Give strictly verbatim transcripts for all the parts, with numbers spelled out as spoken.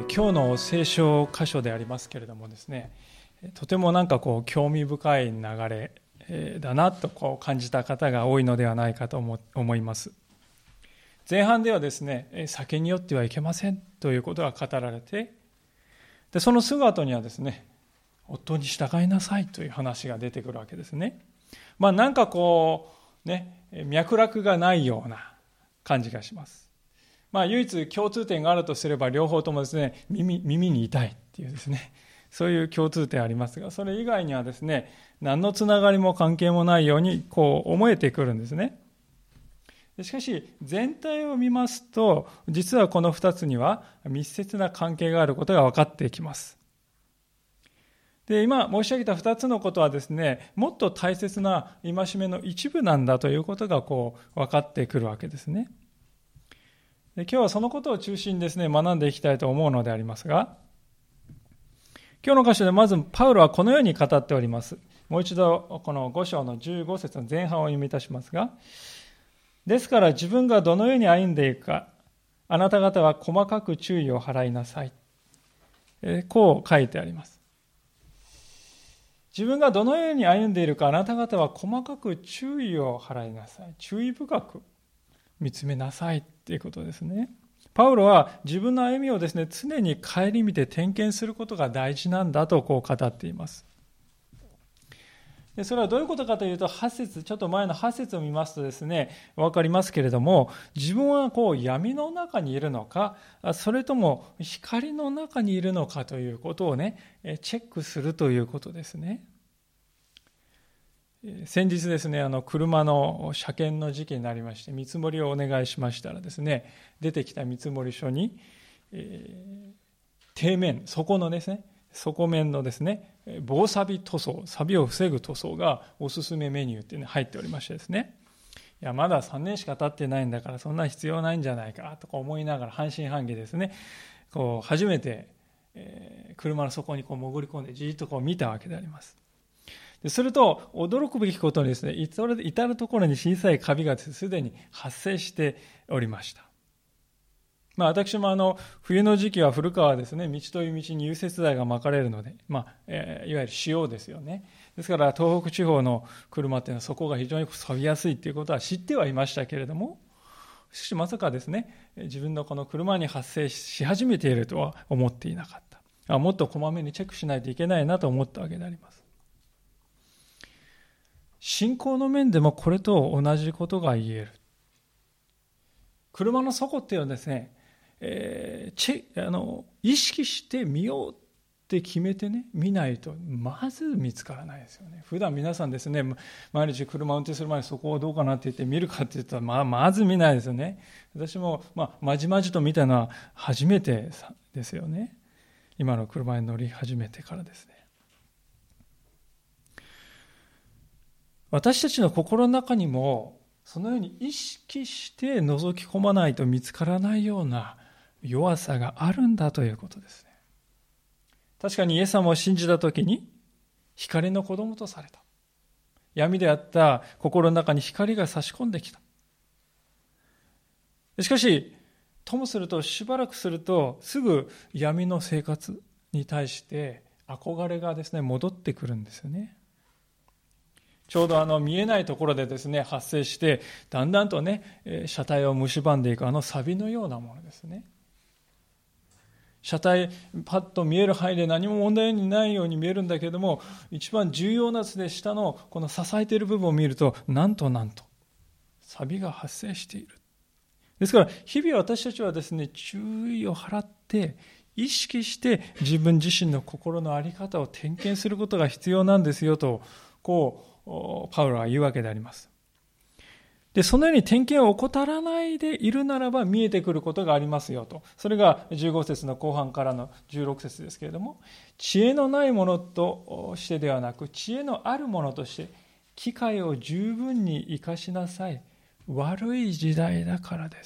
今日の聖書箇所でありますけれどもですね、とてもなんかこう興味深い流れだなとこう感じた方が多いのではないかと思います。前半ではですね、酒によってはいけませんということが語られて、でそのすぐ後にはですね、夫に従いなさいという話が出てくるわけですね。まあなんかこうね、脈絡がないような感じがします。まあ唯一共通点があるとすれば、両方ともですね、耳、耳に痛いっていうですね、そういう共通点ありますが、それ以外にはですね、何のつながりも関係もないようにこう思えてくるんですね。しかし全体を見ますと、実はこの二つには密接な関係があることが分かってきます。で、今申し上げた二つのことはですね、もっと大切な戒めの一部なんだということがこう分かってくるわけですね。で、今日はそのことを中心にですね、学んでいきたいと思うのでありますが、今日の箇所でまずパウロはこのように語っております。もう一度このご章のじゅうご節の前半を読みいたしますが、ですから自分がどのように歩んでいくか、あなた方は細かく注意を払いなさい。こう書いてあります。自分がどのように歩んでいるか、あなた方は細かく注意を払いなさい。注意深く見つめなさいということですね。パウロは自分の歩みをですね、常に顧みて点検することが大事なんだとこう語っています。でそれはどういうことかというと、はち節、ちょっと前のはち節を見ますとですね、わかりますけれども、自分はこう闇の中にいるのか、それとも光の中にいるのかということをね、チェックするということですね。先日ですね、あの車の車検の時期になりまして、見積もりをお願いしましたらですね、出てきた見積もり書に、えー、底面、底のですね、底面のですね、防錆塗装、錆を防ぐ塗装がおすすめメニューっていうのに入っておりましてですね、いやまださんねんしか経ってないんだからそんな必要ないんじゃないかとか思いながら半信半疑ですね、こう初めて、えー、車の底にこう潜り込んでじーっとこう見たわけであります。すると驚くべきことにですね、至るところに小さいカビがすでに発生しておりました。まあ私もあの冬の時期は古川はですね、道という道に融雪剤が巻かれるので、まあ、えー、いわゆる塩ですよね。ですから東北地方の車っていうのはそこが非常に錆びやすいということは知ってはいましたけれども、しかしまさかですね、自分のこの車に発生し始めているとは思っていなかった。あ、もっとこまめにチェックしないといけないなと思ったわけであります。信仰の面でもこれと同じことが言える。車の底っていうのはですね、えー、チェあの意識して見ようって決めてね、見ないとまず見つからないですよね。普段皆さんですね、毎日車を運転する前にそこをどうかなって言って見るかって言ったら、まあ、まず見ないですよね。私も、まあ、まじまじと見たのは初めてですよね。今の車に乗り始めてからですね。私たちの心の中にもそのように意識して覗き込まないと見つからないような弱さがあるんだということですね。確かにイエス様を信じたときに光の子供とされた。闇であった心の中に光が差し込んできた。しかしともするとしばらくするとすぐ闇の生活に対して憧れがですね戻ってくるんですよね。ちょうどあの見えないところでですね発生してだんだんとね車体を蝕んでいくあの錆のようなものですね。車体パッと見える範囲で何も問題にないように見えるんだけれども、一番重要なですね下のこの支えている部分を見るとなんとなんと錆が発生している。ですから日々私たちはですね注意を払って意識して自分自身の心の在り方を点検することが必要なんですよとこうパウロは言うわけであります。で、そのように点検を怠らないでいるならば見えてくることがありますよと。それがじゅうご節の後半からのじゅうろく節ですけれども、知恵のないものとしてではなく、知恵のあるものとして機会を十分に生かしなさい。悪い時代だからです。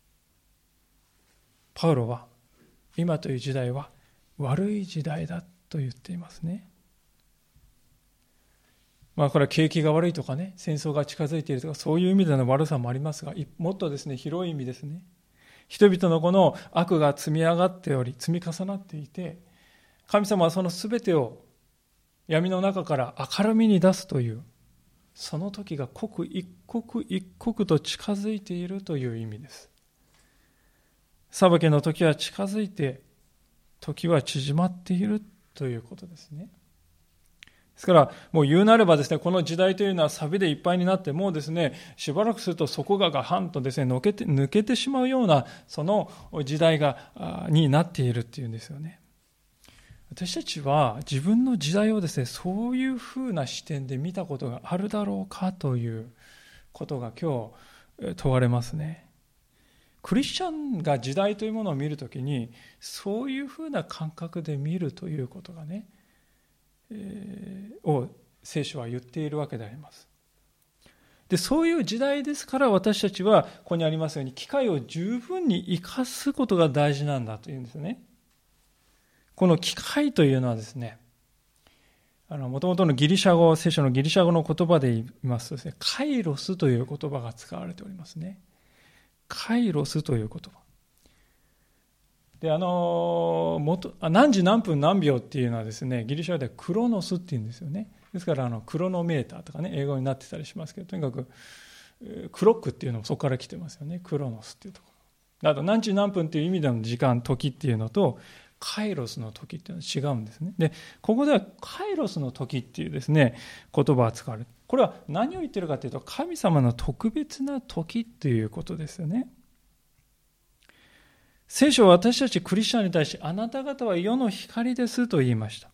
パウロは今という時代は悪い時代だと言っていますね。まあこれは景気が悪いとかね、戦争が近づいているとかそういう意味での悪さもありますが、もっとですね広い意味ですね、 人々のこの悪が積み上がっており、積み重なっていて、神様はそのすべてを闇の中から明るみに出すという、その時が刻一刻一刻と近づいているという意味です。裁きの時は近づいて、時は縮まっているということですね。ですから、もう言うなればですね、この時代というのは錆でいっぱいになって、もうですね、しばらくすると底がガハンとですね、抜けて、抜けてしまうような、その時代が、になっているっていうんですよね。私たちは自分の時代をですね、そういうふうな視点で見たことがあるだろうかということが今日問われますね。クリスチャンが時代というものを見るときに、そういうふうな感覚で見るということがね、えー、を聖書は言っているわけであります。で、そういう時代ですから私たちは、ここにありますように、機会を十分に生かすことが大事なんだというんですね。この機会というのはですね、あの、元々のギリシャ語、聖書のギリシャ語の言葉で言いますとですね、カイロスという言葉が使われておりますね。カイロスという言葉。で、あの、元、何時何分何秒っていうのはですね、ギリシャ語ではクロノスっていうんですよね。ですから、あの、クロノメーターとかね、英語になってたりしますけど、とにかく、クロックっていうのもそこから来てますよね。クロノスっていうところ。あと、何時何分っていう意味での時間、時っていうのと、カイロスの時っていうのは違うんですね。で、ここではカイロスの時っていうですね、言葉が使われる。これは何を言ってるかというと、神様の特別な時ということですよね。聖書は私たちクリスチャンに対し、あなた方は世の光ですと言いました。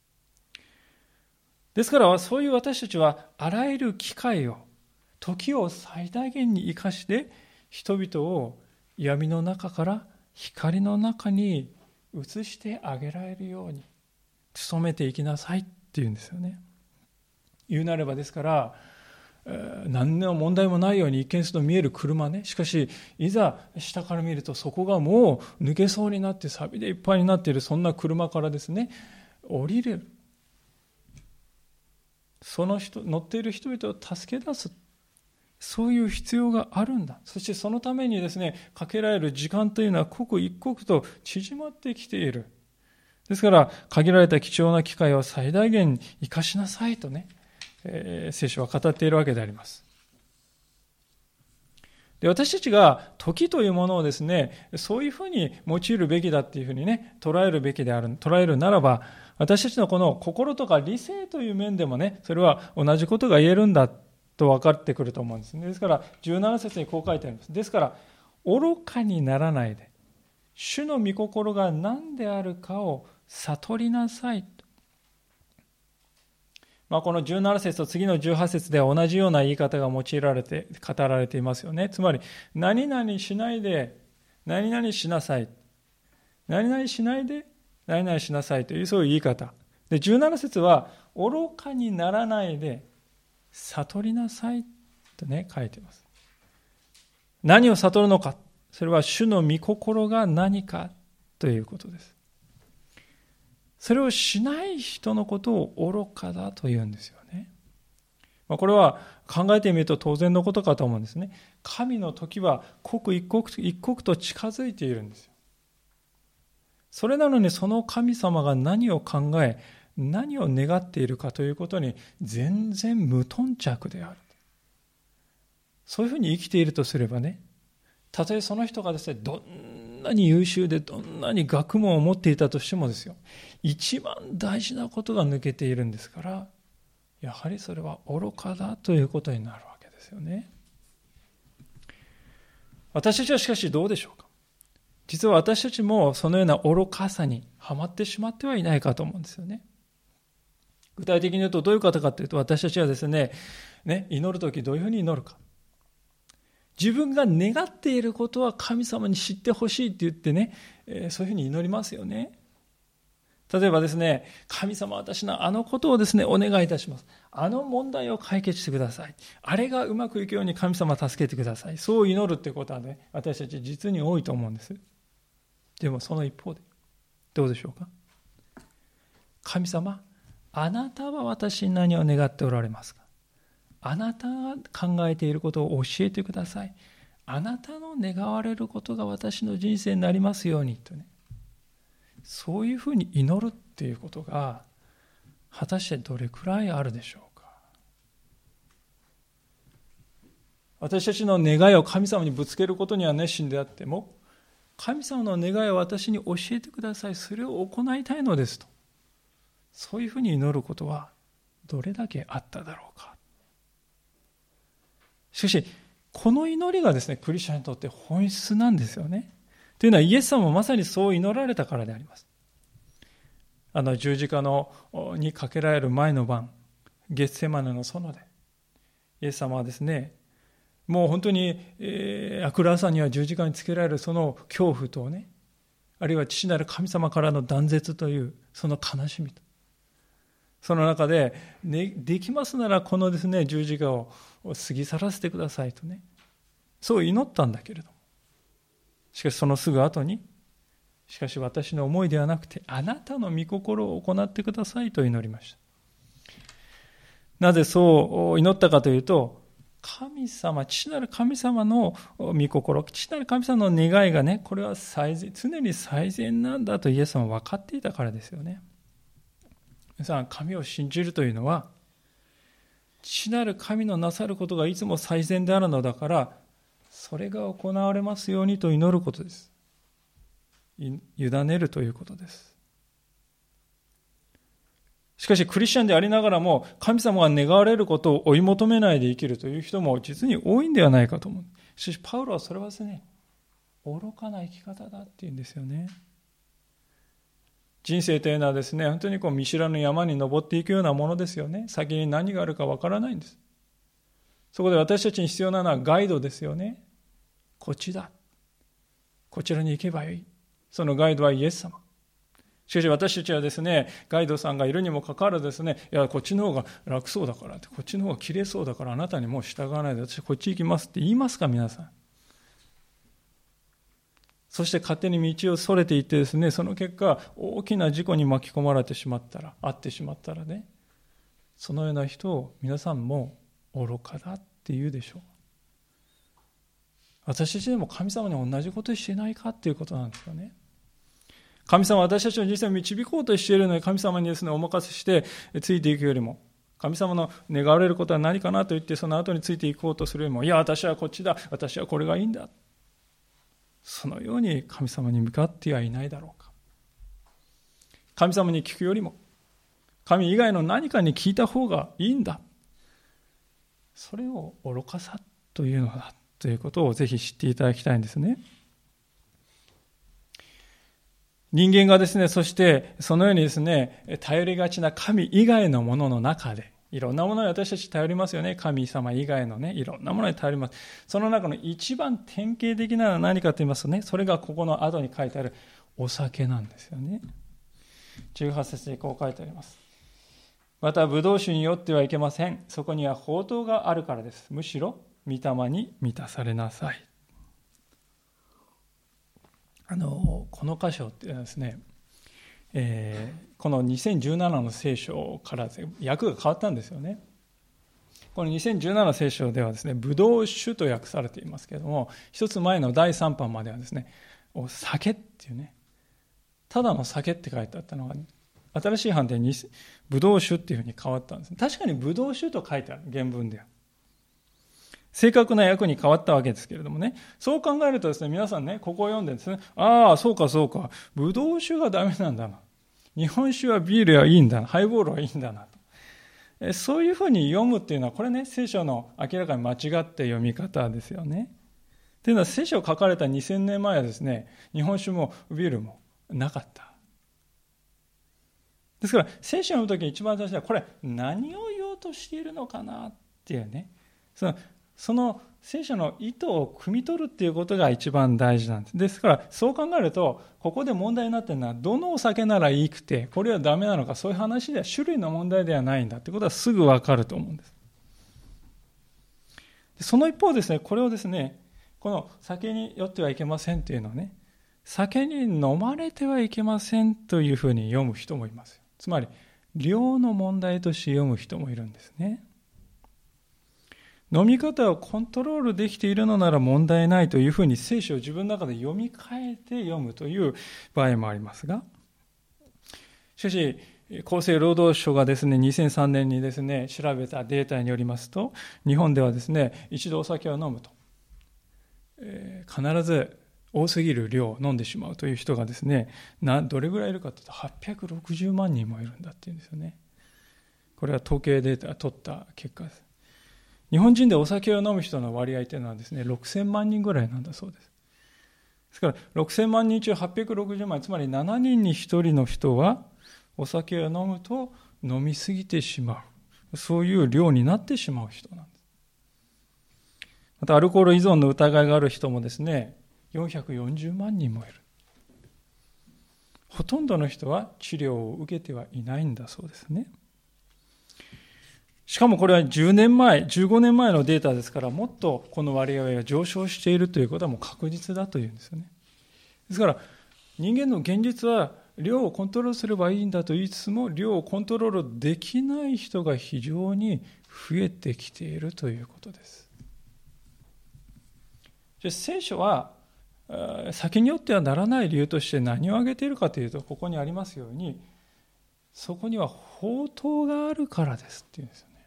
ですからそういう私たちはあらゆる機会を、時を最大限に生かして人々を闇の中から光の中に移してあげられるように努めていきなさいっていうんですよね。言うなればですから、何の問題もないように一見すると見える車ね。しかしいざ下から見るとそこがもう抜けそうになって錆でいっぱいになっている、そんな車からですね、降りれる。その人、乗っている人々を助け出す。そういう必要があるんだ。そしてそのためにですね、かけられる時間というのは刻一刻と縮まってきている。ですから限られた貴重な機会を最大限生かしなさいとね、えー、聖書は語っているわけであります。で、私たちが時というものをですね、そういうふうに用いるべきだっていうふうにね、捉えるべきである、捉えるならば、私たちのこの心とか理性という面でもね、それは同じことが言えるんだと分かってくると思うんですね。ですからじゅうなな節にこう書いてあります。ですから愚かにならないで、主の御心が何であるかを悟りなさい。まあ、このじゅうなな節と次のじゅうはち節では同じような言い方が用いられて語られていますよね。つまり何々しないで何々しなさい、何々しないで何々しなさいというそういう言い方で、じゅうなな節は愚かにならないで悟りなさいとね書いています。何を悟るのか、それは主の御心が何かということです。それをしない人のことを愚かだというんですよね。これは考えてみると当然のことかと思うんですね。神の時は刻一刻一刻と近づいているんですよ。それなのにその神様が何を考え、何を願っているかということに全然無頓着である。そういうふうに生きているとすればね、たとえその人がですね、どんなに優秀でどんなに学問を持っていたとしてもですよ、一番大事なことが抜けているんですから、やはりそれは愚かだということになるわけですよね。私たちはしかしどうでしょうか。実は私たちもそのような愚かさにはまってしまってはいないかと思うんですよね。具体的に言うとどういう方かというと、私たちはですね、ね、祈るときどういうふうに祈るか。自分が願っていることは神様に知ってほしいって言ってね、えー、そういうふうに祈りますよね。例えばですね、神様、私のあのことをですね、お願いいたします。あの問題を解決してください。あれがうまくいくように神様助けてください。そう祈るってことはね、私たち実に多いと思うんです。でもその一方で、どうでしょうか。神様、あなたは私に何を願っておられますか。あなたが考えていることを教えてください。 あなたの願われることが私の人生になりますようにとね、そういうふうに祈るっていうことが果たしてどれくらいあるでしょうか。私たちの願いを神様にぶつけることには熱心であっても、神様の願いを私に教えてください、それを行いたいのですと、そういうふうに祈ることはどれだけあっただろうか。しかしこの祈りがですね、クリスチャンにとって本質なんですよね。というのは、イエス様もまさにそう祈られたからであります。あの十字架のにかけられる前の晩、ゲッセマネの園でイエス様はですね、もう本当に、えー、明くる朝には十字架につけられるその恐怖とね、あるいは父なる神様からの断絶というその悲しみと、その中で、ね、できますならこのですね十字架を過ぎ去らせてくださいとね、そう祈ったんだけれども、しかしそのすぐ後に、しかし私の思いではなくてあなたの御心を行ってくださいと祈りました。なぜそう祈ったかというと、神様、父なる神様の御心、父なる神様の願いがね、これは最善、常に最善なんだとイエス様は分かっていたからですよね。皆さん、神を信じるというのは、父なる神のなさることがいつも最善であるのだから、それが行われますようにと祈ることです。委ねるということです。しかしクリスチャンでありながらも、神様が願われることを追い求めないで生きるという人も実に多いんではないかと思う。しかしパウロはそれはですね、愚かな生き方だっていうんですよね。人生というのはですね、本当にこう見知らぬ山に登っていくようなものですよね。先に何があるかわからないんです。そこで私たちに必要なのはガイドですよね。こっちだ。こちらに行けばいい。そのガイドはイエス様。しかし私たちはですね、ガイドさんがいるにもかかわらずですね、いや、こっちの方が楽そうだからって、こっちの方が綺麗そうだからあなたにもう従わないで、私こっち行きますって言いますか、皆さん。そして勝手に道をそれていってですね、その結果、大きな事故に巻き込まれてしまったら、会ってしまったらね、そのような人を皆さんも愚かだって言うでしょう。私たちでも神様に同じことをしていないかっていうことなんですよね。神様は私たちの人生を導こうとしているのに、神様にですね、お任せしてついていくよりも、神様の願われることは何かなと言って、その後についていこうとするよりも、いや、私はこっちだ、私はこれがいいんだ。そのように神様に向かってはいないだろうか。神様に聞くよりも、神以外の何かに聞いた方がいいんだ。それを愚かさというのだということをぜひ知っていただきたいんですね。人間がですね、そしてそのようにですね、頼りがちな神以外のものの中で、いろんなものに私たち頼りますよね。神様以外のね、いろんなものに頼ります。その中の一番典型的なのは何かと言いますとね、それがここの後に書いてあるお酒なんですよね。じゅうはち節にこう書いてあります。また、ブドウ酒に酔ってはいけません。そこには法灯があるからです。むしろ、御霊に満たされなさい。あの、この箇所っていうのはですね、えー、このにせんじゅうななの聖書から訳が変わったんですよね。このにせんじゅうななの聖書ではですね、ブドウ酒と訳されていますけれども、一つ前のだいさん版まではですね、お酒っていうね、ただの酒って書いてあったのが、新しい版でブドウ酒っていうふうに変わったんです。確かにブドウ酒と書いてある、原文では。正確な訳に変わったわけですけれどもね、そう考えるとですね、皆さんね、ここを読んでですね、ああ、そうかそうか、ブドウ酒がダメなんだな。日本酒はビールはいいんだな、ハイボールはいいんだなと。そういうふうに読むっていうのは、これね、聖書の明らかに間違って読み方ですよね。というのは、聖書を書かれたにせんねんまえはですね、日本酒もビールもなかった。ですから、聖書を読むときに一番大事なのは、これ何を言おうとしているのかなっていうね、そのその聖書の意図を汲み取るっていうことが一番大事なんです。ですから、そう考えると、ここで問題になっているのは、どのお酒ならいいくて、これはダメなのか、そういう話では種類の問題ではないんだってことはすぐわかると思うんです。その一方ですね、これをですね、この酒に酔ってはいけませんというのはね、酒に飲まれてはいけませんというふうに読む人もいます。つまり、量の問題として読む人もいるんですね。 飲み方をコントロールできているのなら問題ないというふうに聖書を自分の中で読み替えて読むという場合もありますが、しかし厚生労働省がですね、にせんさんねんにですね、調べたデータによりますと、日本ではですね、一度お酒を飲むと、えー、必ず多すぎる量を飲んでしまうという人がですね、などれぐらいいるかというとはっぴゃくろくじゅうまんにんもいるんだっていうんですよね。これは統計データを取った結果です。日本人でお酒を飲む人の割合というのはですね、ろくせんまんにんぐらいなんだそうです。ですからろくせんまんにん中はっぴゃくろくじゅうまん、つまりしちにんにひとりの人はお酒を飲むと飲みすぎてしまう、そういう量になってしまう人なんです。またアルコール依存の疑いがある人もですね、よんひゃくよんじゅうまんにんもいる。ほとんどの人は治療を受けてはいないんだそうですね。しかもこれはじゅうねんまえ、じゅうごねんまえのデータですから、もっとこの割合が上昇しているということはもう確実だというんですよね。ですから人間の現実は量をコントロールすればいいんだと言いつつも、量をコントロールできない人が非常に増えてきているということです。じゃあ聖書は酒によってはならない理由として何を挙げているかというと、ここにありますように、そこには法灯があるからですっていうんですよね。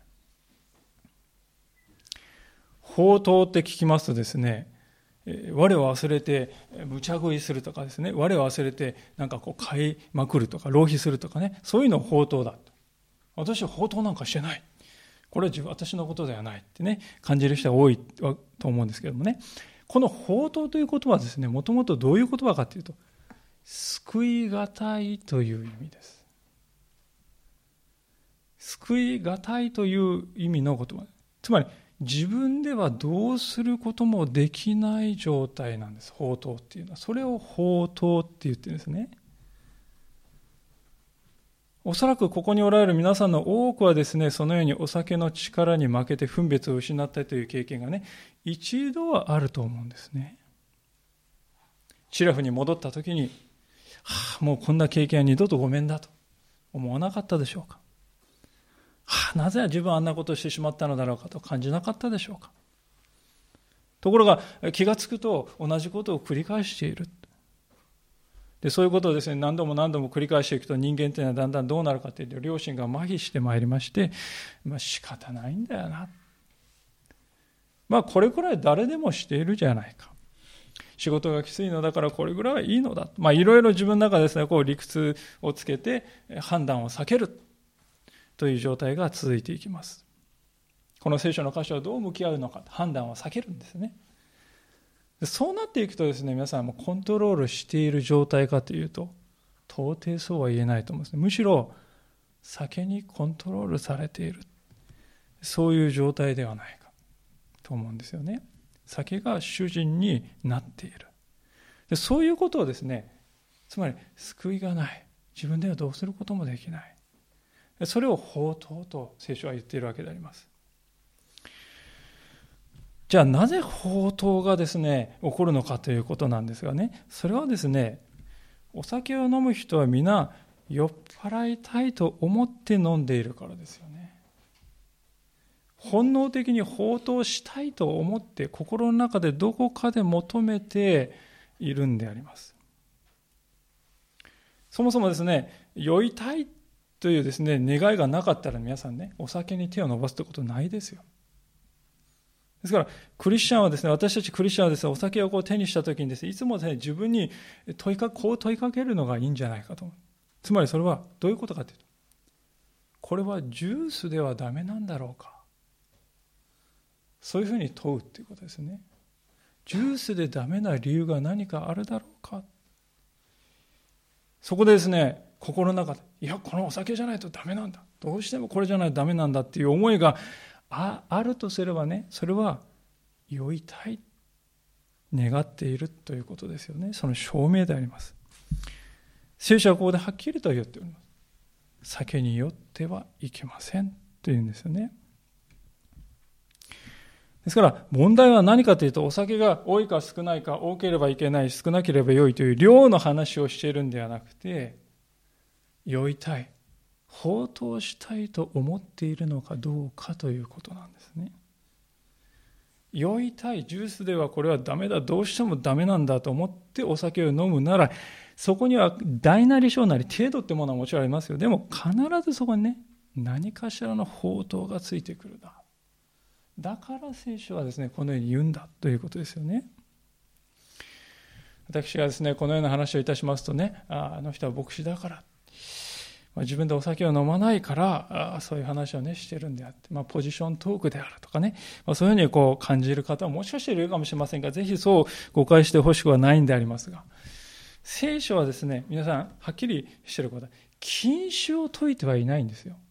法灯って聞きますとですね、我を忘れて無茶食いするとかですね、我を忘れてなんかこう買いまくるとか浪費するとかね、そういうのを法灯だと。私は法灯なんかしてない、これは私のことではないってね、感じる人が多いと思うんですけどもね、この法灯という言葉はですね、もともとどういう言葉かというと、救いがたいという意味です。救いがたいという意味の言葉、つまり自分ではどうすることもできない状態なんです。法灯っていうのはそれを法灯って言ってるんですね。おそらくここにおられる皆さんの多くはですね、そのようにお酒の力に負けて分別を失ったという経験がね、一度はあると思うんですね。シラフに戻った時に、はあ、もうこんな経験は二度とごめんだと思わなかったでしょうか。はあ、なぜ自分はあんなことをしてしまったのだろうかと感じなかったでしょうか。ところが気がつくと同じことを繰り返している。でそういうことをですね、何度も何度も繰り返していくと、人間というのはだんだんどうなるかというと、良心が麻痺してまいりまして、まあ、仕方ないんだよな、まあこれくらい誰でもしているじゃないか、仕事がきついのだからこれぐらいはいいのだ、まあいろいろ自分の中でですね、こう理屈をつけて判断を避けるという状態が続いていきます。この聖書の箇所はどう向き合うのか、判断を避けるんですね。そうなっていくとですね、皆さんもコントロールしている状態かというと、到底そうは言えないと思うんですね。むしろ酒にコントロールされている、そういう状態ではないかと思うんですよね。酒が主人になっている。でそういうことをですね、つまり救いがない、自分ではどうすることもできない、それを法灯と聖書は言っているわけであります。じゃあなぜ法灯がですね起こるのかということなんですがね、それはですね、お酒を飲む人は皆酔っ払いたいと思って飲んでいるからですよね。本能的に法灯したいと思って心の中でどこかで求めているんであります。そもそもですね、酔いたいというですね願いがなかったら、皆さんね、お酒に手を伸ばすということないですよ。ですからクリスチャンはですね、私たちクリスチャンはですね、お酒をこう手にしたときにですね、いつもですね、自分に問いかこう問いかけるのがいいんじゃないかと。つまりそれはどういうことかというと、これはジュースではダメなんだろうか、そういうふうに問うということですね。ジュースでダメな理由が何かあるだろうか。そこでですね、心の中で、いやこのお酒じゃないとダメなんだ、どうしてもこれじゃないとダメなんだっていう思いが あ, あるとすればね、それは酔いたい、願っているということですよね。その証明であります。聖書はここではっきりと言っております。酒に酔ってはいけませんというんですよね。ですから問題は何かというと、お酒が多いか少ないか、多ければいけない、少なければ良いという量の話をしているんではなくて、酔いたい、法灯したいと思っているのかどうかということなんですね。 酔いたい、ジュースではこれはダメだ、どうしてもダメなんだと思ってお酒を飲むなら、そこには大なり小なり程度ってものはもちろんありますよ。でも必ずそこにね、何かしらの法灯がついてくるだ。だから聖書はですね、このように言うんだということですよね。私がですね、このような話をいたしますとね、あ, あの人は牧師だから、まあ、自分でお酒を飲まないからあそういう話をねしてるんであって、まあ、ポジショントークであるとかね、まあ、そういうふうにこう感じる方はもしかしているかもしれませんが、ぜひそう誤解してほしくはないんでありますが、聖書はですね、皆さんはっきりしていることは、禁酒を説いてはいないんですよ。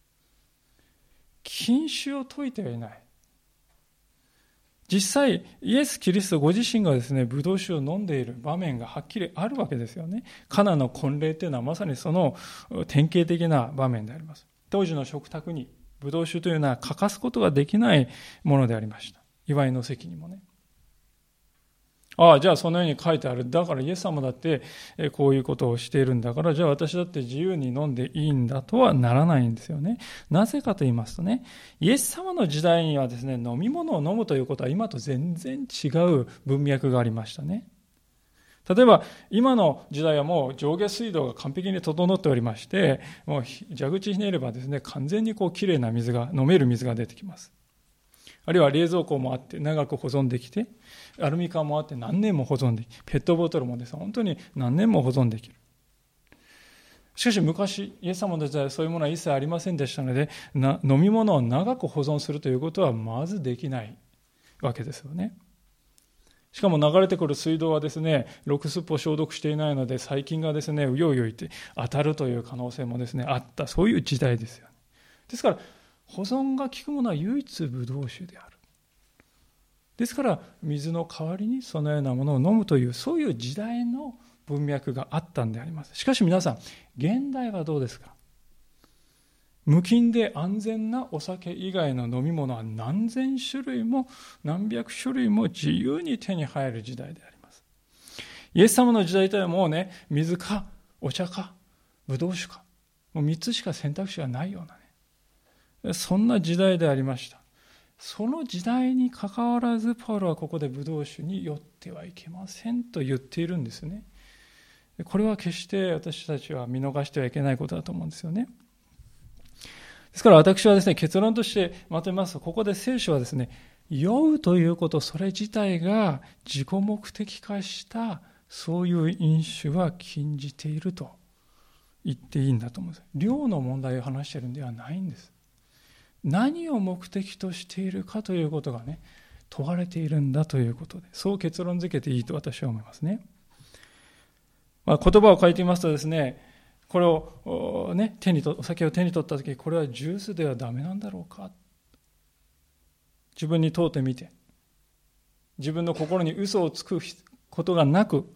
禁酒を説いてはいない。実際イエス・キリストご自身がですね、ブドウ酒を飲んでいる場面がはっきりあるわけですよね。カナの婚礼というのはまさにその典型的な場面であります。当時の食卓にブドウ酒というのは欠かすことができないものでありました。祝いの席にもね。ああ、じゃあそのように書いてある。だからイエス様だってこういうことをしているんだから、じゃあ私だって自由に飲んでいいんだとはならないんですよね。なぜかと言いますとね、イエス様の時代にはですね、飲み物を飲むということは今と全然違う文脈がありましたね。例えば今の時代はもう上下水道が完璧に整っておりまして、もう蛇口ひねればですね、完全にこうきれいな水が、飲める水が出てきます。あるいは冷蔵庫もあって長く保存できて、アルミ缶もあって何年も保存できる。ペットボトルもですね、本当に何年も保存できる。しかし昔、イエス様の時代はそういうものは一切ありませんでしたので、な飲み物を長く保存するということはまずできないわけですよね。しかも流れてくる水道はですね、ろくすっぽ消毒していないので、細菌がですね、うようよいて当たるという可能性もですね、あった、そういう時代ですよね。ですから、保存が効くものは唯一ブドウ酒である。ですから水の代わりにそのようなものを飲むという、そういう時代の文脈があったんであります。しかし皆さん、現代はどうですか？無菌で安全なお酒以外の飲み物は何千種類も何百種類も自由に手に入る時代であります。イエス様の時代というのはもうね、水かお茶かブドウ酒か、もうみっつしか選択肢がないようなね、そんな時代でありました。その時代にかかわらず、パウロはここでブドウ酒に酔ってはいけませんと言っているんですね。これは決して私たちは見逃してはいけないことだと思うんですよね。ですから私はですね、結論としてまとめますと、ここで聖書はですね、酔うということ、それ自体が自己目的化したそういう飲酒は禁じていると言っていいんだと思うんです。量の問題を話しているんではないんです。何を目的としているかということがね、問われているんだということで、そう結論付けていいと私は思いますね。まあ、言葉を書いてみますとですね、これをね、手にとお酒を手に取ったとき、これはジュースではダメなんだろうか、自分に問うてみて、自分の心に嘘をつくことがなく、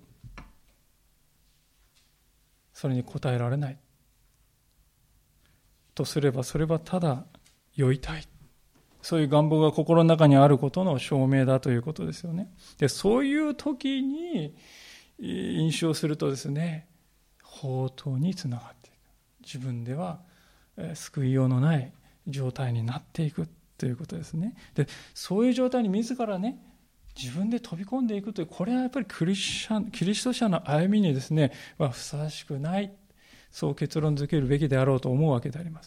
それに答えられないとすれば、それはただ酔いたい、そういう願望が心の中にあることの証明だということですよね。で、そういう時に飲酒をするとですね、放蕩につながっていく、自分では救いようのない状態になっていくということですね。で、そういう状態に自らね、自分で飛び込んでいくという、これはやっぱりクリスチャン、キリスト者の歩みにですね、はふさわしくない、そう結論付けるべきであろうと思うわけであります。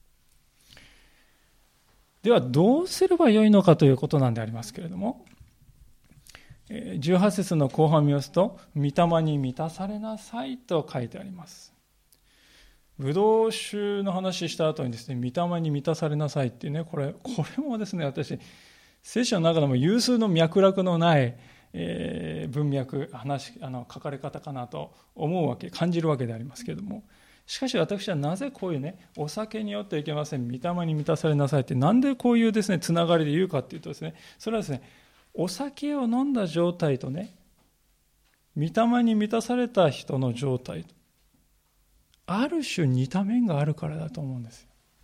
ではどうすればよいのかということなんでありますけれども、じゅうはち節の後半を見ますと、御霊に満たされなさいと書いてあります。ブドウ酒の話した後にですね、御霊に満たされなさいっていうね、これ、これもですね、私、聖書の中でも有数の脈絡のない、えー、文脈、話、あの書かれ方かなと思うわけ、感じるわけでありますけれども、しかし私はなぜこういうね、お酒によってはいけません、御霊に満たされなさいって、なんでこういうですね、つながりで言うかっていうとですね、それはですね、お酒を飲んだ状態とね、御霊に満たされた人の状態と、ある種似た面があるからだと思うんです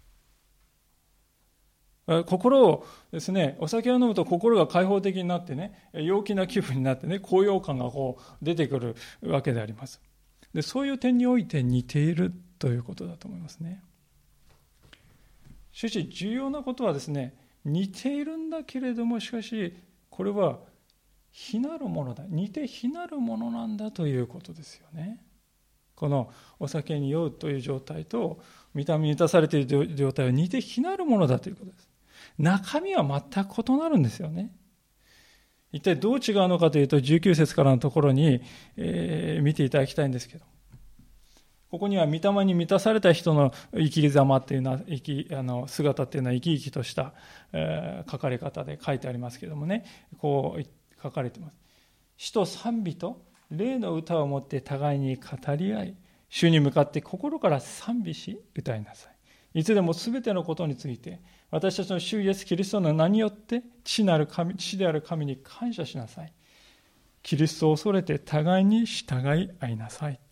よ。心をですね、お酒を飲むと心が開放的になってね、陽気な気分になってね、高揚感がこう出てくるわけであります。で、そういう点において似ているということだと思いますね。しかし重要なことはですね、 似ているんだけれども、しかしこれは非なるものだ、似て非なるものなんだということですよね。このお酒に酔うという状態と見た目に満たされている状態は似て非なるものだということです。中身は全く異なるんですよね。一体どう違うのかというと、じゅうきゅう節からのところに、えー、見ていただきたいんですけど、ここには御霊に満たされた人の生き様っていうのは生きあの姿っていうのは生き生きとした、えー、書かれ方で書いてありますけどもね、こう書かれています。詩と賛美と霊の歌をもって互いに語り合い、主に向かって心から賛美し歌いなさい。いつでもすべてのことについて私たちの主イエスキリストの名によって父なる神、父である神に感謝しなさい。キリストを恐れて互いに従い合いなさい。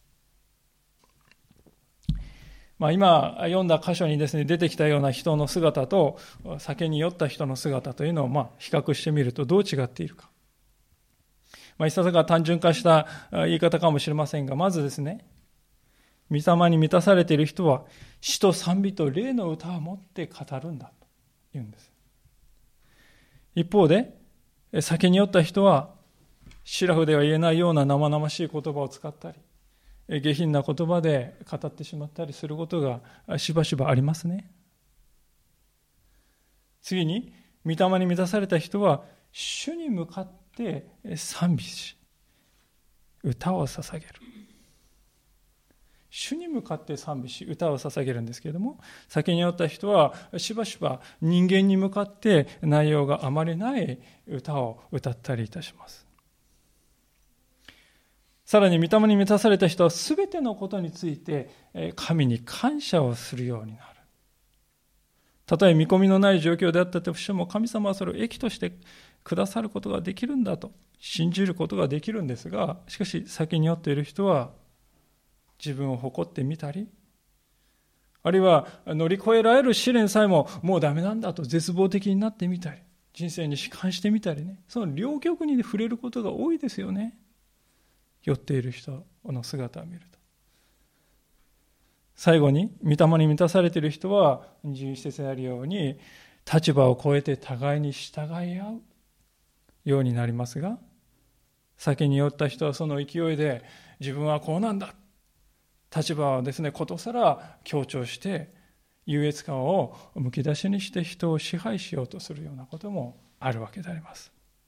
まあ、今読んだ箇所にですね出てきたような人の姿と酒に酔った人の姿というのをまあ比較してみるとどう違っているか。まあ、いささか単純化した言い方かもしれませんが、まずですね、御霊に満たされている人は詩と賛美と霊の歌を持って語るんだと言うんです。一方で酒に酔った人はシラフでは言えないような生々しい言葉を使ったり下品な言葉で語ってしまったりすることがしばしばありますね。次に御霊に満たされた人は主に向かって賛美し歌を捧げる。主に向かって賛美し歌を捧げるんですけれども、酒に酔った人はしばしば人間に向かって内容があまりない歌を歌ったりいたします。さらに御霊に満たされた人はすべてのことについて神に感謝をするようになる。たとえ見込みのない状況であったとしても、神様はそれを益としてくださることができるんだと信じることができるんですが、しかし酒に酔っている人は自分を誇ってみたり、あるいは乗り越えられる試練さえももうダメなんだと絶望的になってみたり、人生に悲観してみたりね、その両極に触れることが多いですよね。酔っている人の姿を見ると。最後に御霊に満たされている人はにじゅういち節であるように立場を超えて互いに従い合うようになりますが、酒に酔った人はその勢いで自分はこうなんだ、立場をですねことさら強調して優越感をむき出しにして人を支配しようとするようなこともあるわけであります。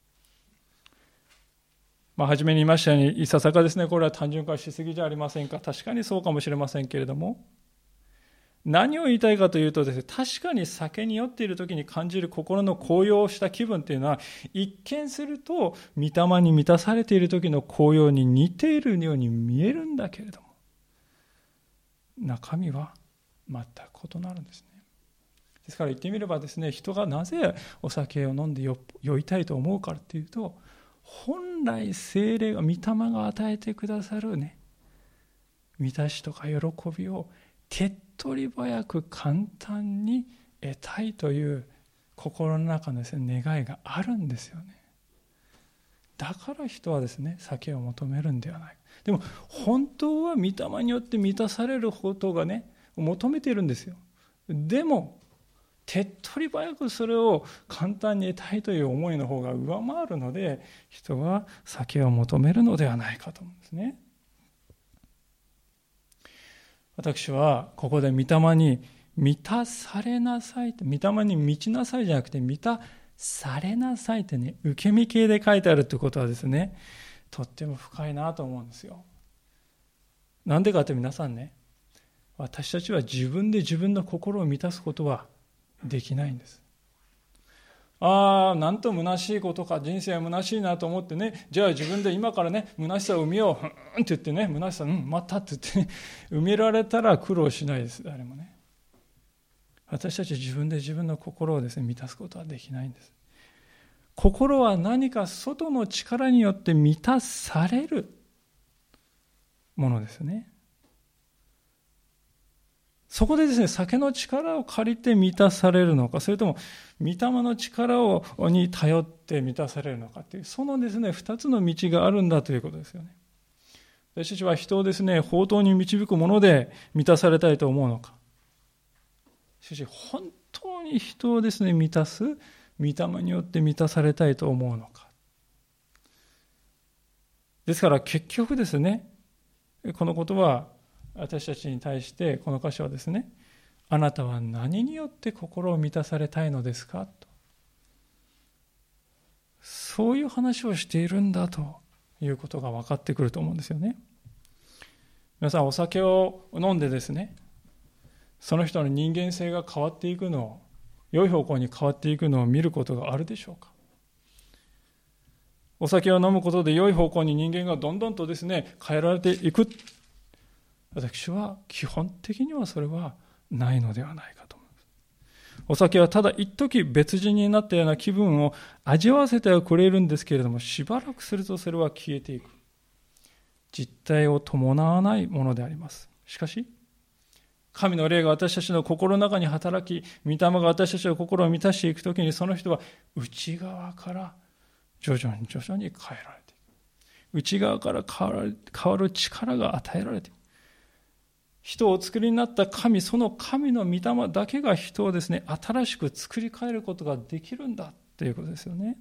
まあ、初めに言いましたように、いささかですね、これは単純化しすぎじゃありませんか。確かにそうかもしれませんけれども、何を言いたいかというとですね、確かに酒に酔っている時に感じる心の高揚した気分というのは、一見すると御霊に満たされている時の高揚に似ているように見えるんだけれども、中身は全く異なるんですね。ですから言ってみればですね、人がなぜお酒を飲んで酔いたいと思うかというと、本来聖霊が御霊が与えてくださるね、満たしとか喜びを手っ取り早く簡単に得たいという心の中のですね、願いがあるんですよね。だから人はですね、酒を求めるんではない。でも本当は御霊によって満たされることがね、求めているんですよ。でも手っ取り早くそれを簡単に得たいという思いの方が上回るので、人は酒を求めるのではないかと思うんですね。私はここで御霊に満たされなさいと、御霊に満ちなさいじゃなくて満たされなさいってね、受け身形で書いてあるということはですね、とっても深いなと思うんですよ。なんでかって皆さんね、私たちは自分で自分の心を満たすことはできないんです。ああ、なんと虚しいことか、人生は虚しいなと思ってね、じゃあ自分で今からね、虚しさを埋めよう、うんって言ってね、虚しさ、うん、待ったって言って、ね、埋められたら苦労しないです、誰もね。私たち自分で自分の心をですね、満たすことはできないんです。心は何か外の力によって満たされるものですね。そこでですね、酒の力を借りて満たされるのか、それとも御霊の力をに頼って満たされるのかっていう、そのですね、二つの道があるんだということですよね。私たちは人をですね、法灯に導くもので満たされたいと思うのか。しかし本当に人をですね、満たす御霊によって満たされたいと思うのか。ですから結局ですね、このことは私たちに対してこの箇所はですね、あなたは何によって心を満たされたいのですかと、そういう話をしているんだということが分かってくると思うんですよね。皆さん、お酒を飲んでですね、その人の人間性が変わっていくのを、良い方向に変わっていくのを見ることがあるでしょうか。お酒を飲むことで良い方向に人間がどんどんとですね、変えられていく。私は基本的にはそれはないのではないかと思います。お酒はただ一時別人になったような気分を味わわせてはくれるんですけれども、しばらくするとそれは消えていく。実体を伴わないものであります。しかし、神の霊が私たちの心の中に働き、御霊が私たちの心を満たしていくときに、その人は内側から徐々に徐々に変えられていく。内側から変わる、変わる力が与えられていく。人をお作りになった神、その神の御霊だけが人をですね、新しく作り変えることができるんだということですよね。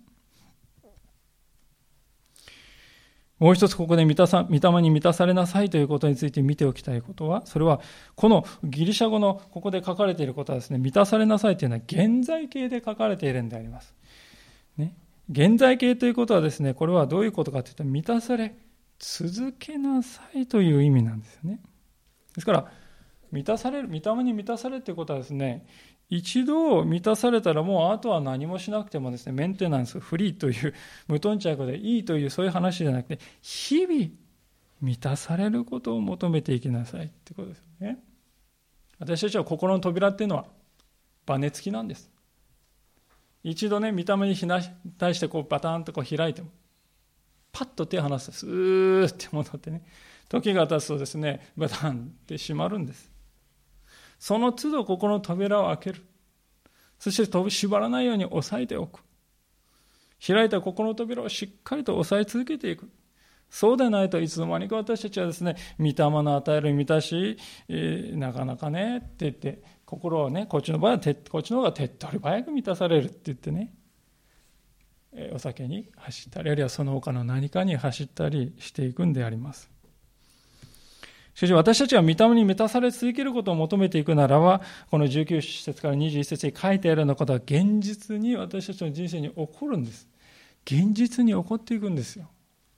もう一つここで御霊に満たされなさいということについて見ておきたいことは、それはこのギリシャ語のここで書かれていることはですね、満たされなさいというのは現在形で書かれているんであります。ね、現在形ということはですね、これはどういうことかというと、満たされ続けなさいという意味なんですよね。ですから、満たされる、御霊に満たされるということはですね、一度満たされたらもうあとは何もしなくてもですね、メンテナンス、フリーという無頓着でいいというそういう話じゃなくて、日々満たされることを求めていきなさいということですよね。私たちは心の扉っていうのはバネ付きなんです。一度ね、御霊に対してこうバタンとこう開いても、パッと手を離すとスーッて戻ってね、時が経つとですね、バタンって閉まるんです。その都度心の扉を開ける。そして縛らないように押さえておく。開いた心の扉をしっかりと押さえ続けていく。そうでないといつの間にか私たちはですね、御霊の与える満たし、えー、なかなかねって言って、心をね、こっちの場合はこっちの方が手っ取り早く満たされるって言ってね、えー、お酒に走ったり、あるいはその他の何かに走ったりしていくんであります。しかし私たちが御霊に満たされ続けることを求めていくならば、このじゅうきゅう節からにじゅういち節に書いてあるようなことは現実に私たちの人生に起こるんです。現実に起こっていくんですよ。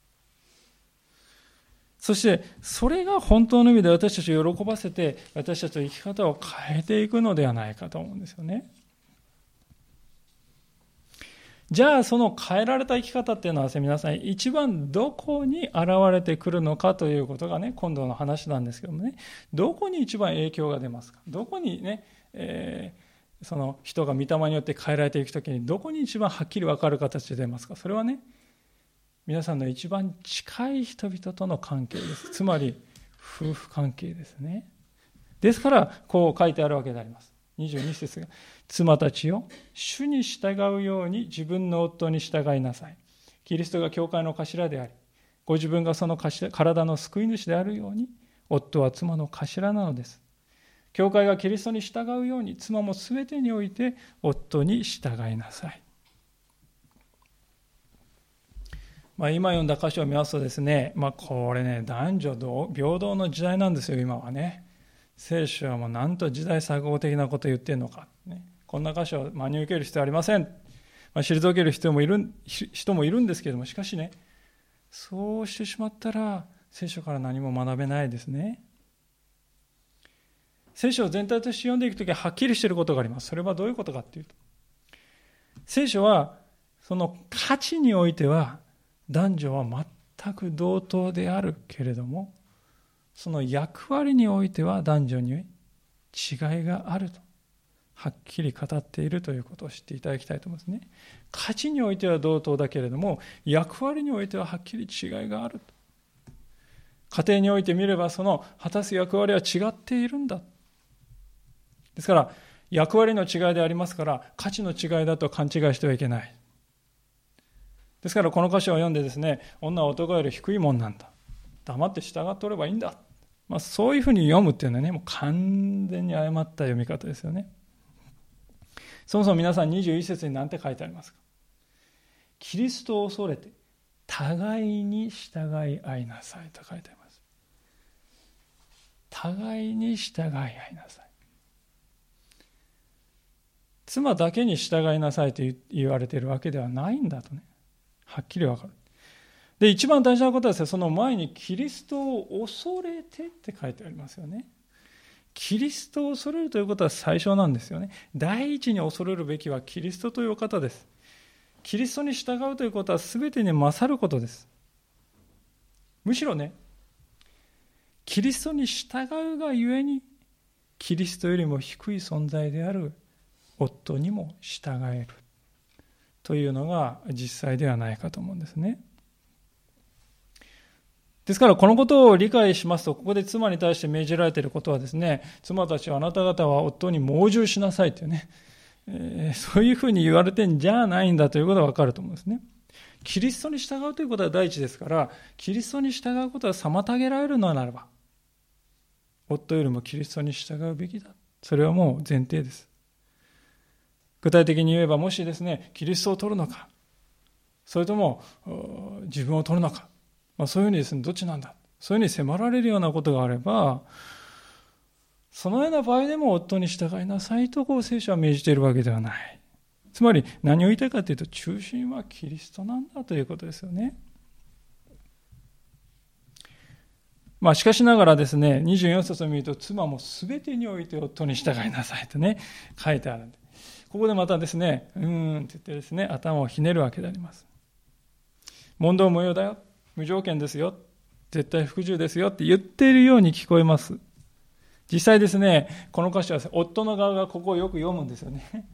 そしてそれが本当の意味で私たちを喜ばせて、私たちの生き方を変えていくのではないかと思うんですよね。じゃあその変えられた生き方っていうのは皆さん一番どこに現れてくるのかということがね、今度の話なんですけどもね、どこに一番影響が出ますか。どこにね、えー、その人が御霊によって変えられていくときにどこに一番はっきり分かる形で出ますか。それはね、皆さんの一番近い人々との関係です。つまり夫婦関係ですね。ですからこう書いてあるわけであります。にじゅうに節が、妻たちよ、主に従うように自分の夫に従いなさい。キリストが教会の頭であり、ご自分がその体の救い主であるように、夫は妻の頭なのです。教会がキリストに従うように、妻もすべてにおいて夫に従いなさい。まあ、今読んだ箇所を見ますとですね、まあ、これね、男女平等の時代なんですよ、今はね。聖書はもうなんと時代錯誤的なことを言ってるのか、ね、こんな箇所を真に受ける必要はありません、まあ、退ける人もいる人もいるんですけれども、しかしね、そうしてしまったら聖書から何も学べないですね。聖書を全体として読んでいくときははっきりしていることがあります。それはどういうことかというと、聖書はその価値においては男女は全く同等であるけれども、その役割においては男女に違いがあるとはっきり語っているということを知っていただきたいと思いますね。価値においては同等だけれども、役割においてははっきり違いがあると。家庭において見ればその果たす役割は違っているんだ。ですから役割の違いでありますから、価値の違いだと勘違いしてはいけない。ですからこの箇所を読んでですね、女は男より低いもんなんだ、黙って従っておればいいんだ、まあ、そういうふうに読むっていうのはね、もう完全に誤った読み方ですよね。 そもそも皆さんにじゅういっ節に何て書いてありますか？キリストを恐れて互いに従い合いなさいと書いてあります。互いに従い合いなさい。妻だけに従いなさいと言われているわけではないんだとね、はっきりわかる。で、一番大事なことはですね、その前にキリストを恐れてって書いてありますよね。キリストを恐れるということは最初なんですよね。第一に恐れるべきはキリストというお方です。キリストに従うということは全てに勝ることです。むしろね、キリストに従うがゆえに、キリストよりも低い存在である夫にも従えるというのが実際ではないかと思うんですね。ですからこのことを理解しますと、ここで妻に対して命じられていることはですね、妻たちはあなた方は夫に盲従しなさいというね、えー、そういうふうに言われてんじゃないんだということがわかると思うんですね。キリストに従うということは第一ですから、キリストに従うことは妨げられるのならば、夫よりもキリストに従うべきだ。それはもう前提です。具体的に言えば、もしですね、キリストを取るのか、それとも自分を取るのか、まあ、そういうふうにですね、どっちなんだ、そういうふうに迫られるようなことがあれば、そのような場合でも夫に従いなさいとこう聖書は命じているわけではない。つまり何を言いたいかというと、中心はキリストなんだということですよね。まあしかしながらですね、にじゅうよん節を見ると、妻もすべてにおいて夫に従いなさいとね、書いてあるんで、ここでまたですね、うーんって言ってですね、頭をひねるわけであります。問答無用だよ、無条件ですよ、絶対服従ですよって言っているように聞こえます。実際ですね、この箇所は夫の側がここをよく読むんですよね。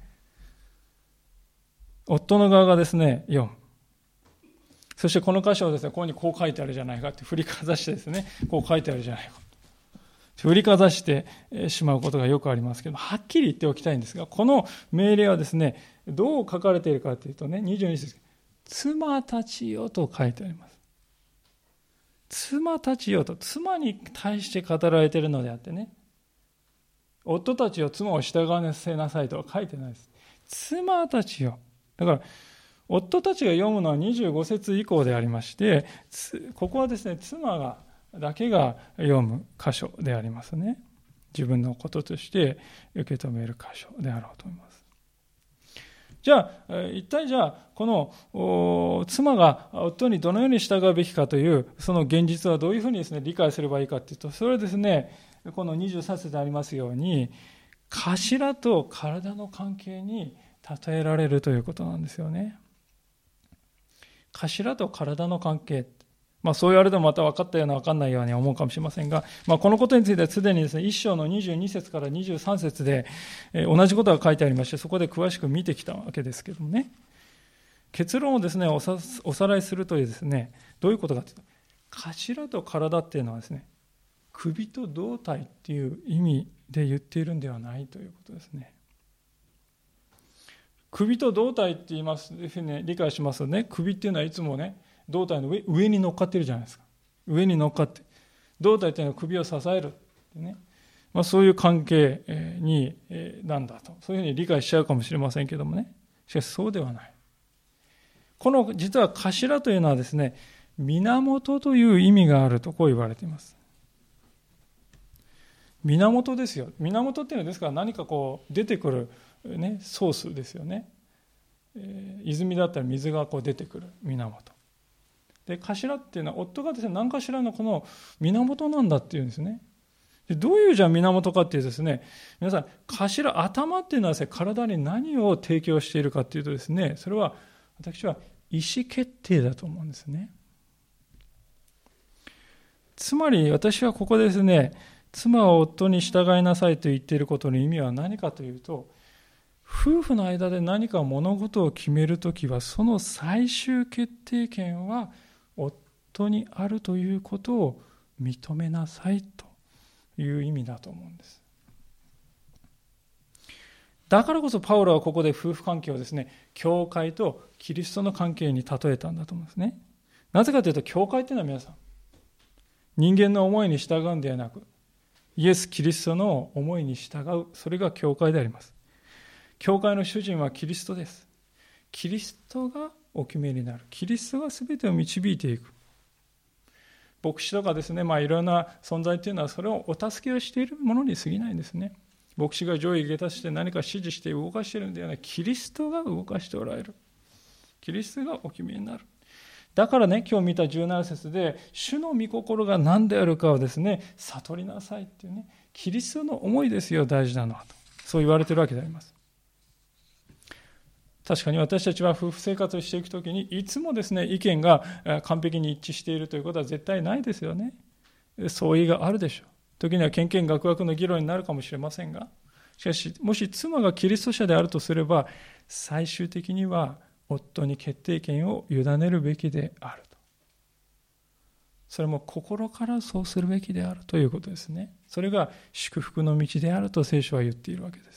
夫の側がですね、読む。そしてこの箇所をですね、ここにこう書いてあるじゃないかって振りかざしてですね、こう書いてあるじゃないか。振りかざしてしまうことがよくありますけど、はっきり言っておきたいんですが、この命令はですね、どう書かれているかというとね、にじゅうに節、妻たちよと書いてあります。妻たちよと、妻に対して語られているのであってね、夫たちよ妻を従わせなさいとは書いてないです。妻たちよ。だから夫たちが読むのはにじゅうご節以降でありまして、ここはですね、妻がだけが読む箇所でありますね。自分のこととして受け止める箇所であろうと思います。じゃあ一体じゃあこの妻が夫にどのように従うべきかというその現実はどういうふうにですね理解すればいいかというと、それはですね、このにじゅうさん節でありますように、頭と体の関係に例えられるということなんですよね。頭と体の関係、まあそう言われてもまた分かったような分かんないように思うかもしれませんが、まあ、このことについてはすでにですね、一章のにじゅうに節からにじゅうさん節で同じことが書いてありまして、そこで詳しく見てきたわけですけどもね、結論をですねおさ、おさらいするとですね、どういうことかというと、頭と体っていうのはですね、首と胴体っていう意味で言っているんではないということですね。首と胴体って言います、ね、理解しますとね、首っていうのはいつもね、胴体の 上, 上に乗っかってるじゃないですか。上に乗っかって、胴体っていうのは首を支えるってね、まあ、そういう関係になんだと、そういうふうに理解しちゃうかもしれませんけどもね、しかしそうではない。この実は頭というのはですね、源という意味があるとこう言われています。源ですよ。源っていうのはですから何かこう出てくるね、ソースですよね。えー、泉だったら水がこう出てくる源で、頭っていうのは夫がですね、何かしらのこの源なんだっていうんですね。で、どういうじゃあ源かっていうとですね、皆さん頭、頭っていうのはですね、体に何を提供しているかっていうとですね、それは私は意思決定だと思うんですね。つまり私はここでですね、妻は夫に従いなさいと言っていることの意味は何かというと、夫婦の間で何か物事を決めるときは、その最終決定権は夫にあるということを認めなさいという意味だと思うんです。だからこそパウロはここで夫婦関係をですね、教会とキリストの関係に例えたんだと思うんですね。なぜかというと、教会というのは皆さん、人間の思いに従うんではなく、イエス・キリストの思いに従う、それが教会であります。 教会の主人はキリストです。キリストがお決めになる。キリストが全てを導いていく。牧師とかですね、まあいろんな存在というのはそれをお助けをしているものに過ぎないんですね。牧師が上位下達して何か指示して動かしているのではない。キリストが動かしておられる。キリストがお決めになる。だからね、今日見たじゅうなな節で、主の御心が何であるかをですね、悟りなさいっていうね、キリストの思いですよ、大事なのはと。そう言われているわけであります。確かに私たちは夫婦生活をしていくときに、いつもですね、意見が完璧に一致しているということは絶対ないですよね。相違があるでしょう。時にはけんけんがくがくの議論になるかもしれませんが、しかし、もし妻がキリスト者であるとすれば、最終的には夫に決定権を委ねるべきであると。それも心からそうするべきであるということですね。それが祝福の道であると聖書は言っているわけです。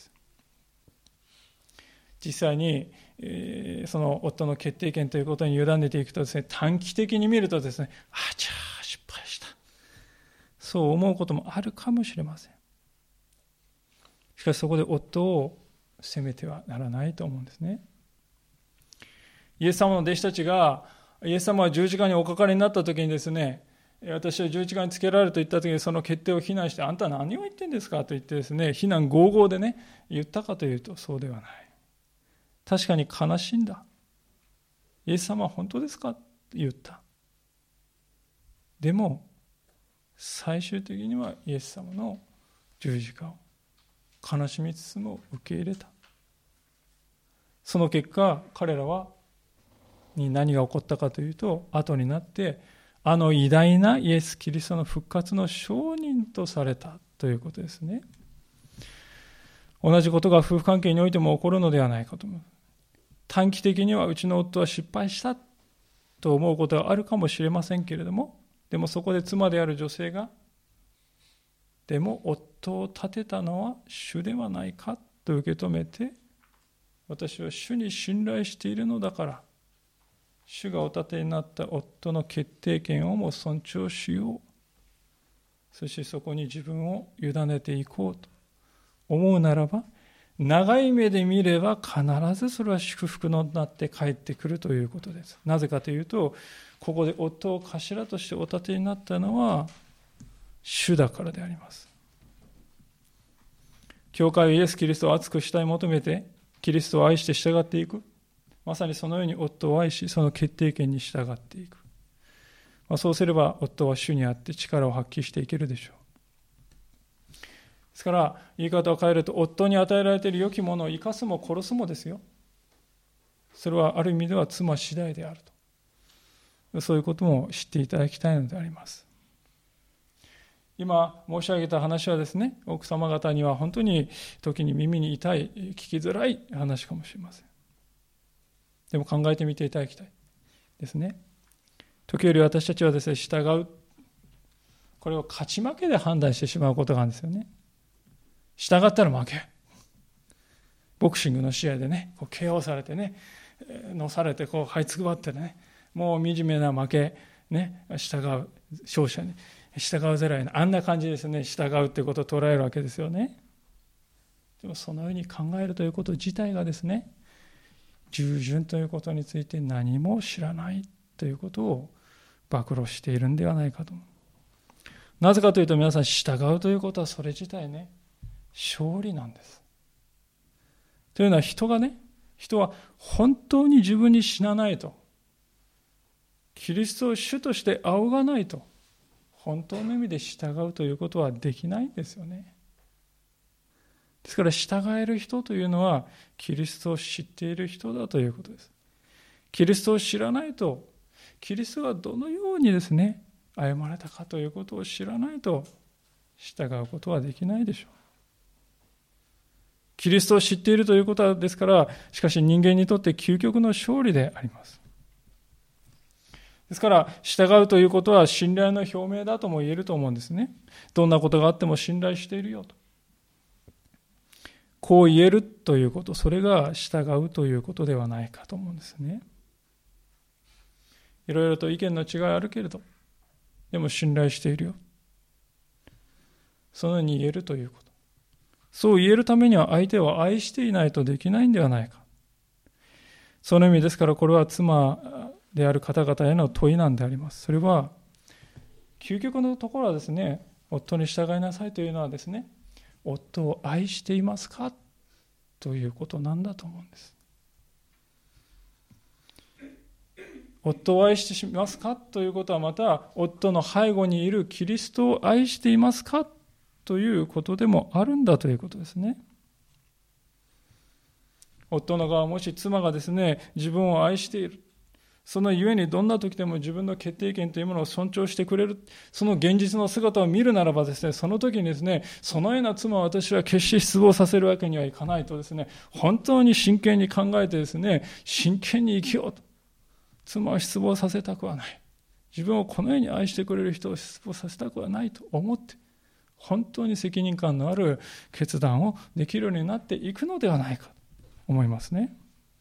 実際に、えー、その夫の決定権ということに委ねていくとですね、短期的に見るとですね、ああ、じゃあ失敗した。そう思うこともあるかもしれません。しかしそこで夫を責めてはならないと思うんですね。イエス様の弟子たちが、イエス様は十字架におかかりになった時にですね、私は十字架につけられると言った時にその決定を非難して、あんた何を言ってんですかと言ってですね、非難合々でね、言ったかというとそうではない。確かに悲しんだ。イエス様は本当ですかと言った。でも、最終的にはイエス様の十字架を悲しみつつも受け入れた。その結果、彼らはに何が起こったかというと、後になってあの偉大なイエス・キリストの復活の証人とされたということですね。同じことが夫婦関係においても起こるのではないかと思う。短期的にはうちの夫は失敗したと思うことがあるかもしれませんけれども、でもそこで妻である女性が、でも夫を立てたのは主ではないかと受け止めて、私は主に信頼しているのだから、主がお立てになった夫の決定権をも尊重しよう。そしてそこに自分を委ねていこうと思うならば、長い目で見れば必ずそれは祝福になって帰ってくるということです。なぜかというと、ここで夫を頭としてお立てになったのは主だからであります。教会はイエス・キリストを熱く慕い求めて、キリストを愛して従っていく。まさにそのように夫を愛し、その決定権に従っていく。まあ、そうすれば夫は主にあって力を発揮していけるでしょう。ですから言い方を変えると、夫に与えられている良きものを生かすも殺すもですよ。それはある意味では妻次第であると。そういうことも知っていただきたいのであります。今申し上げた話はですね、奥様方には本当に時に耳に痛い、聞きづらい話かもしれません。でも考えてみていただきたいですね。時折私たちはですね、従う、これを勝ち負けで判断してしまうことがあるんですよね。従ったら負け。ボクシングの試合でね、こう ケーオー されてね、のされてこう這いつくばってね、もう惨めな負け、ね、従う、勝者に従うぜらいな、あんな感じですね、従うということを捉えるわけですよね。でもそのように考えるということ自体がですね、従順ということについて何も知らないということを暴露しているんではないかと思う。なぜかというと、皆さん、従うということはそれ自体ね、勝利なんです。というのは、人がね、人は本当に自分に死なないと、キリストを主として仰がないと、本当の意味で従うということはできないんですよね。ですから従える人というのはキリストを知っている人だということです。キリストを知らないと、キリストがどのようにですね、歩まれたかということを知らないと従うことはできないでしょう。キリストを知っているということはですから、しかし人間にとって究極の勝利であります。ですから従うということは信頼の表明だとも言えると思うんですね。どんなことがあっても信頼しているよと。こう言えるということ、それが従うということではないかと思うんですね。いろいろと意見の違いあるけれど、でも信頼しているよ。そのように言えるということ。 そう言えるためには相手を愛していないとできないんではないか。その意味ですから、これは妻である方々への問いなんであります。それは究極のところはですね、夫に従いなさいというのはですね、夫を愛していますかということなんだと思うんです。夫を愛していますかということは、また夫の背後にいるキリストを愛していますかということでもあるんだということですね。夫の側もし妻がですね、自分を愛している、そのゆえにどんな時でも自分の決定権というものを尊重してくれる、その現実の姿を見るならばですね、その時にですね、そのような妻を私は決して失望させるわけにはいかないとですね、本当に真剣に考えてですね、真剣に生きようと。妻を失望させたくはない。自分をこのように愛してくれる人を失望させたくはないと思って、本当に責任感のある決断をできるようになっていくのではないかと思いますね。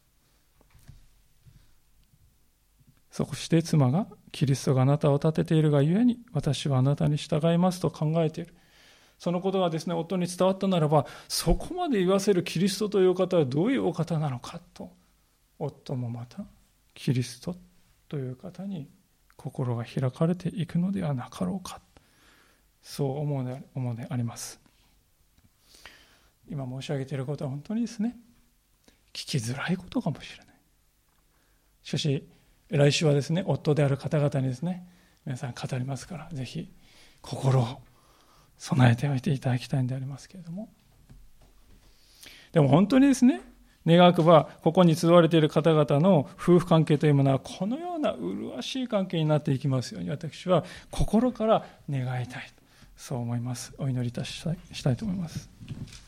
そして妻が、キリストがあなたを立てているがゆえに私はあなたに従いますと考えている。そのことがですね、夫に伝わったならば、そこまで言わせるキリストという方はどういうお方なのかと、夫もまたキリストという方に心が開かれていくのではなかろうか、そう思うで、思うであります。今申し上げていることは本当にですね、聞きづらいことかもしれない。しかし来週はですね、夫である方々にですね、皆さん語りますから、ぜひ心を備えておいていただきたいんでありますけれども、でも本当にですね、願わくばここに集われている方々の夫婦関係というものはこのような麗しい関係になっていきますように、私は心から願いたい、そう思います。お祈りいたしたい、したいと思います。